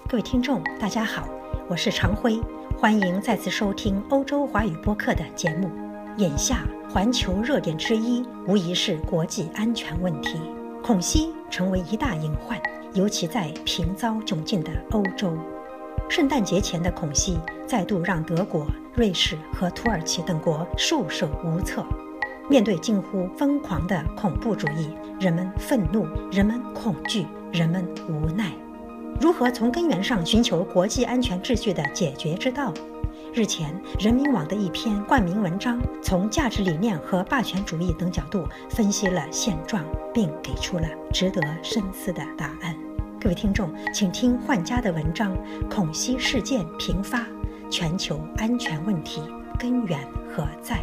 各位听众大家好，我是常辉，欢迎再次收听欧洲华语播客的节目。眼下环球热点之一无疑是国际安全问题，恐袭成为一大隐患，尤其在频遭窘境的欧洲。圣诞节前的恐袭再度让德国、瑞士和土耳其等国束手无策。面对近乎疯狂的恐怖主义，人们愤怒，人们恐惧，人们无奈。如何从根源上寻求国际安全秩序的解决之道？日前，人民网的一篇冠名文章从价值理念和霸权主义等角度分析了现状，并给出了值得深思的答案。各位听众，请听换家的文章《恐袭事件频发，全球安全问题根源何在》。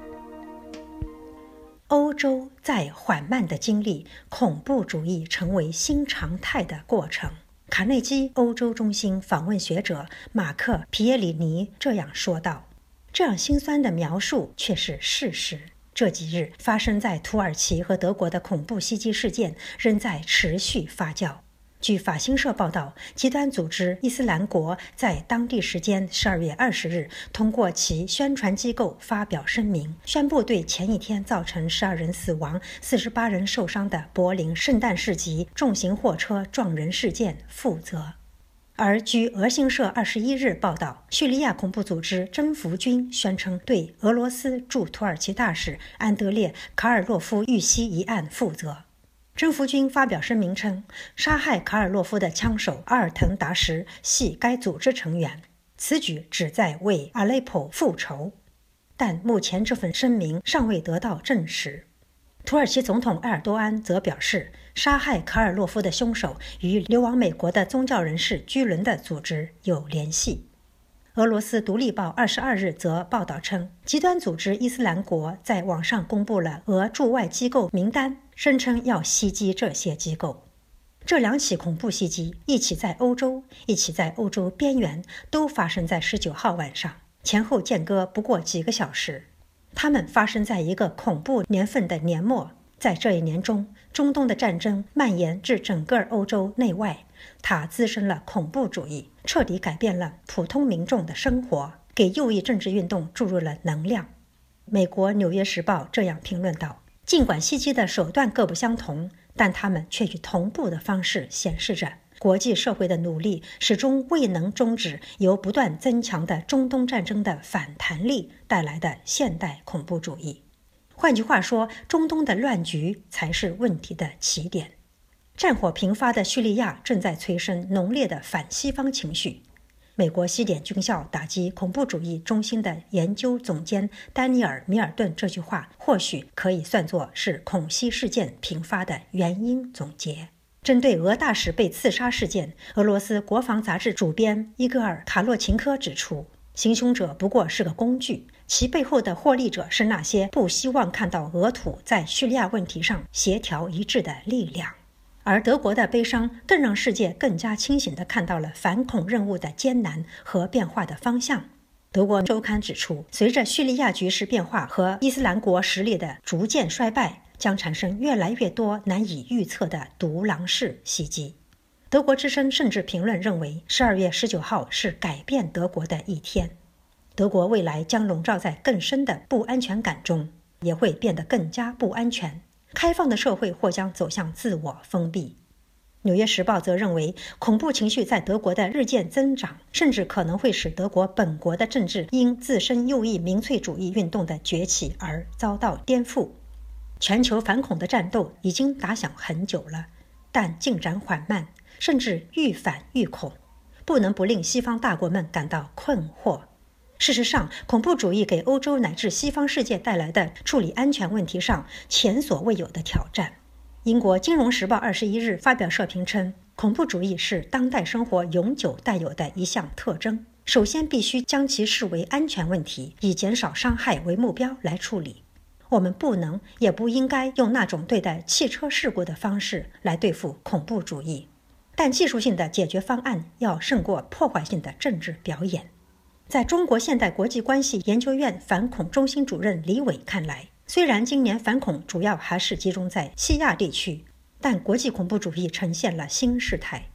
欧洲在缓慢地经历恐怖主义成为新常态的过程。卡内基欧洲中心访问学者马克·皮耶里尼这样说道：这样心酸的描述却是事实。这几日发生在土耳其和德国的恐怖袭击事件仍在持续发酵。据法新社报道，极端组织伊斯兰国在当地时间12月20日通过其宣传机构发表声明，宣布对前一天造成12人死亡、48人受伤的柏林圣诞市集重型货车撞人事件负责。而据俄新社21日报道，叙利亚恐怖组织征服军宣称对俄罗斯驻土耳其大使安德烈·卡尔洛夫遇袭一案负责。征服军发表声明称，杀害卡尔洛夫的枪手阿尔腾达什系该组织成员，此举旨在为阿雷颇复仇。但目前这份声明尚未得到证实。土耳其总统埃尔多安则表示，杀害卡尔洛夫的凶手与流亡美国的宗教人士居伦的组织有联系。俄罗斯独立报22日则报道称，极端组织伊斯兰国在网上公布了俄驻外机构名单，声称要袭击这些机构。这两起恐怖袭击，一起在欧洲，一起在欧洲边缘，都发生在19号晚上，前后间隔不过几个小时。它们发生在一个恐怖年份的年末。在这一年中，中东的战争蔓延至整个欧洲内外，它滋生了恐怖主义，彻底改变了普通民众的生活，给右翼政治运动注入了能量。美国《纽约时报》这样评论道，尽管袭击的手段各不相同，但他们却以同步的方式显示着国际社会的努力始终未能终止由不断增强的中东战争的反弹力带来的现代恐怖主义。换句话说，中东的乱局才是问题的起点。战火频发的叙利亚正在催生浓烈的反西方情绪。美国西点军校打击恐怖主义中心的研究总监丹尼尔·米尔顿这句话或许可以算作是恐袭事件频发的原因总结。针对俄大使被刺杀事件，俄罗斯国防杂志主编伊戈尔·卡洛琴科指出，行凶者不过是个工具，其背后的获利者是那些不希望看到俄土在叙利亚问题上协调一致的力量。而德国的悲伤更让世界更加清醒地看到了反恐任务的艰难和变化的方向。德国周刊指出，随着叙利亚局势变化和伊斯兰国实力的逐渐衰败，将产生越来越多难以预测的独狼式袭击。德国之声甚至评论认为，12月19号是改变德国的一天。德国未来将笼罩在更深的不安全感中，也会变得更加不安全。开放的社会或将走向自我封闭。纽约时报则认为，恐怖情绪在德国的日渐增长，甚至可能会使德国本国的政治因自身右翼民粹主义运动的崛起而遭到颠覆。全球反恐的战斗已经打响很久了，但进展缓慢，甚至愈反愈恐，不能不令西方大国们感到困惑。事实上，恐怖主义给欧洲乃至西方世界带来的处理安全问题上前所未有的挑战。英国《金融时报》21日发表社评称，恐怖主义是当代生活永久带有的一项特征，首先必须将其视为安全问题，以减少伤害为目标来处理。我们不能也不应该用那种对待汽车事故的方式来对付恐怖主义，但技术性的解决方案要胜过破坏性的政治表演。在中国现代国际关系研究院反恐中心主任李伟看来，虽然今年反恐主要还是集中在西亚地区，但国际恐怖主义呈现了新事态。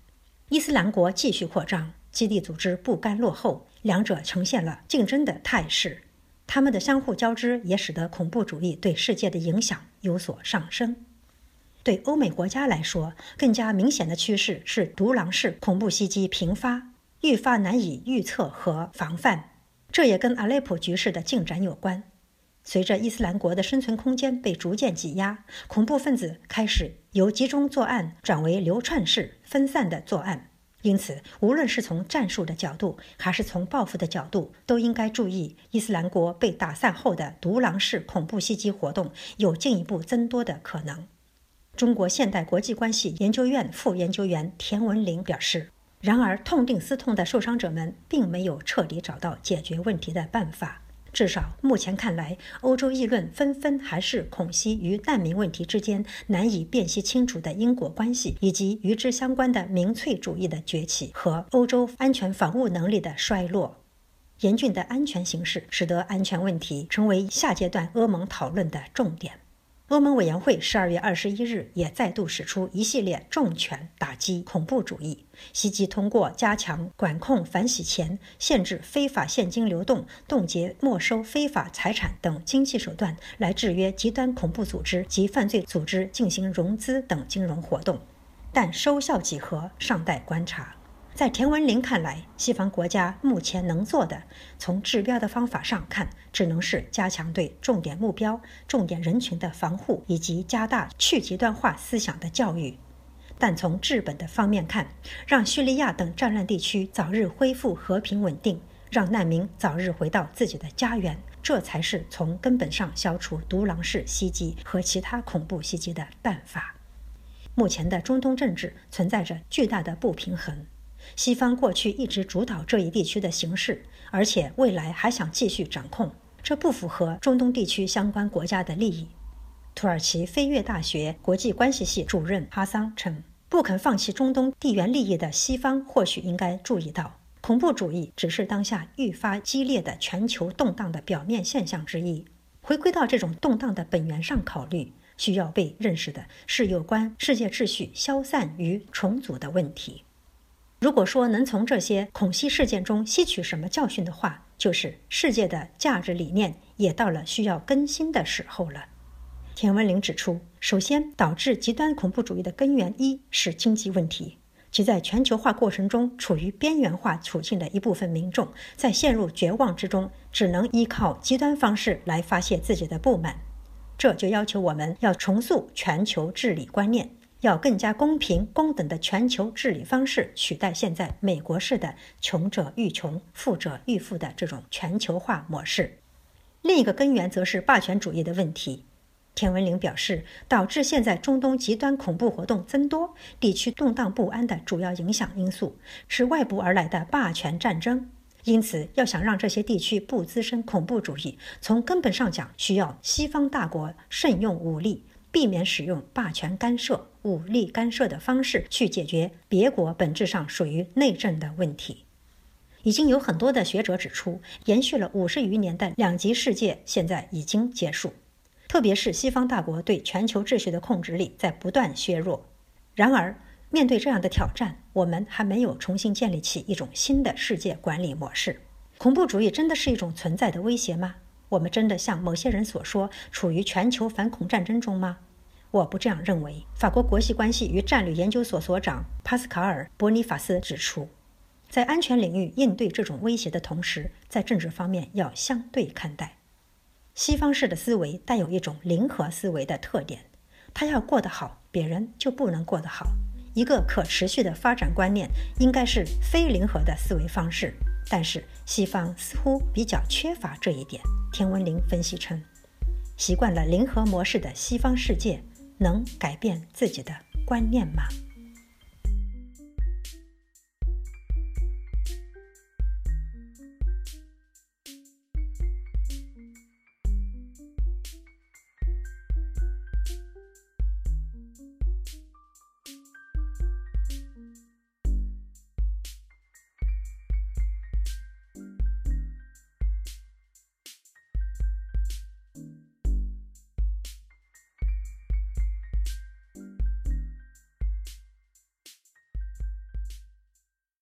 伊斯兰国继续扩张，基地组织不甘落后，两者呈现了竞争的态势。他们的相互交织也使得恐怖主义对世界的影响有所上升。对欧美国家来说，更加明显的趋势是独狼式恐怖袭击频发，愈发难以预测和防范。这也跟阿勒颇局势的进展有关。随着伊斯兰国的生存空间被逐渐挤压，恐怖分子开始由集中作案转为流窜式分散的作案。因此，无论是从战术的角度还是从报复的角度，都应该注意伊斯兰国被打散后的独狼式恐怖袭击活动有进一步增多的可能。中国现代国际关系研究院副研究员田文林表示，然而痛定思痛的受伤者们并没有彻底找到解决问题的办法。至少目前看来，欧洲议论纷纷还是恐袭与难民问题之间难以辨析清楚的因果关系，以及与之相关的民粹主义的崛起和欧洲安全防务能力的衰落。严峻的安全形势使得安全问题成为下阶段欧盟讨论的重点。欧盟委员会12月21日也再度使出一系列重拳打击恐怖主义，希冀通过加强管控反洗钱、限制非法现金流动、冻结没收非法财产等经济手段来制约极端恐怖组织及犯罪组织进行融资等金融活动，但收效几何尚待观察。在田文林看来，西方国家目前能做的，从治标的方法上看，只能是加强对重点目标、重点人群的防护，以及加大去极端化思想的教育。但从治本的方面看，让叙利亚等战乱地区早日恢复和平稳定，让难民早日回到自己的家园，这才是从根本上消除独狼式袭击和其他恐怖袭击的办法。目前的中东政治存在着巨大的不平衡。西方过去一直主导这一地区的形势，而且未来还想继续掌控，这不符合中东地区相关国家的利益。土耳其飞越大学国际关系系主任哈桑称，不肯放弃中东地缘利益的西方或许应该注意到，恐怖主义只是当下愈发激烈的全球动荡的表面现象之一。回归到这种动荡的本源上考虑，需要被认识的是有关世界秩序消散与重组的问题。如果说能从这些恐袭事件中吸取什么教训的话，就是世界的价值理念也到了需要更新的时候了。田文林指出，首先导致极端恐怖主义的根源一是经济问题，即在全球化过程中处于边缘化处境的一部分民众，在陷入绝望之中，只能依靠极端方式来发泄自己的不满。这就要求我们要重塑全球治理观念，要更加公平公等的全球治理方式取代现在美国式的穷者愈穷、富者愈富的这种全球化模式。另一个根源则是霸权主义的问题。田文林表示，导致现在中东极端恐怖活动增多、地区动荡不安的主要影响因素是外部而来的霸权战争。因此，要想让这些地区不滋生恐怖主义，从根本上讲，需要西方大国慎用武力，避免使用霸权干涉、武力干涉的方式去解决别国本质上属于内政的问题。已经有很多的学者指出，延续了50余年的两极世界现在已经结束，特别是西方大国对全球秩序的控制力在不断削弱。然而，面对这样的挑战，我们还没有重新建立起一种新的世界管理模式。恐怖主义真的是一种存在的威胁吗？我们真的像某些人所说，处于全球反恐战争中吗？我不这样认为。法国国际关系与战略研究所所长帕斯卡尔·伯尼法斯指出，在安全领域应对这种威胁的同时，在政治方面要相对看待。西方式的思维带有一种零和思维的特点，他要过得好，别人就不能过得好。一个可持续的发展观念应该是非零和的思维方式，但是西方似乎比较缺乏这一点。田文林分析称，习惯了零和模式的西方世界能改变自己的观念吗？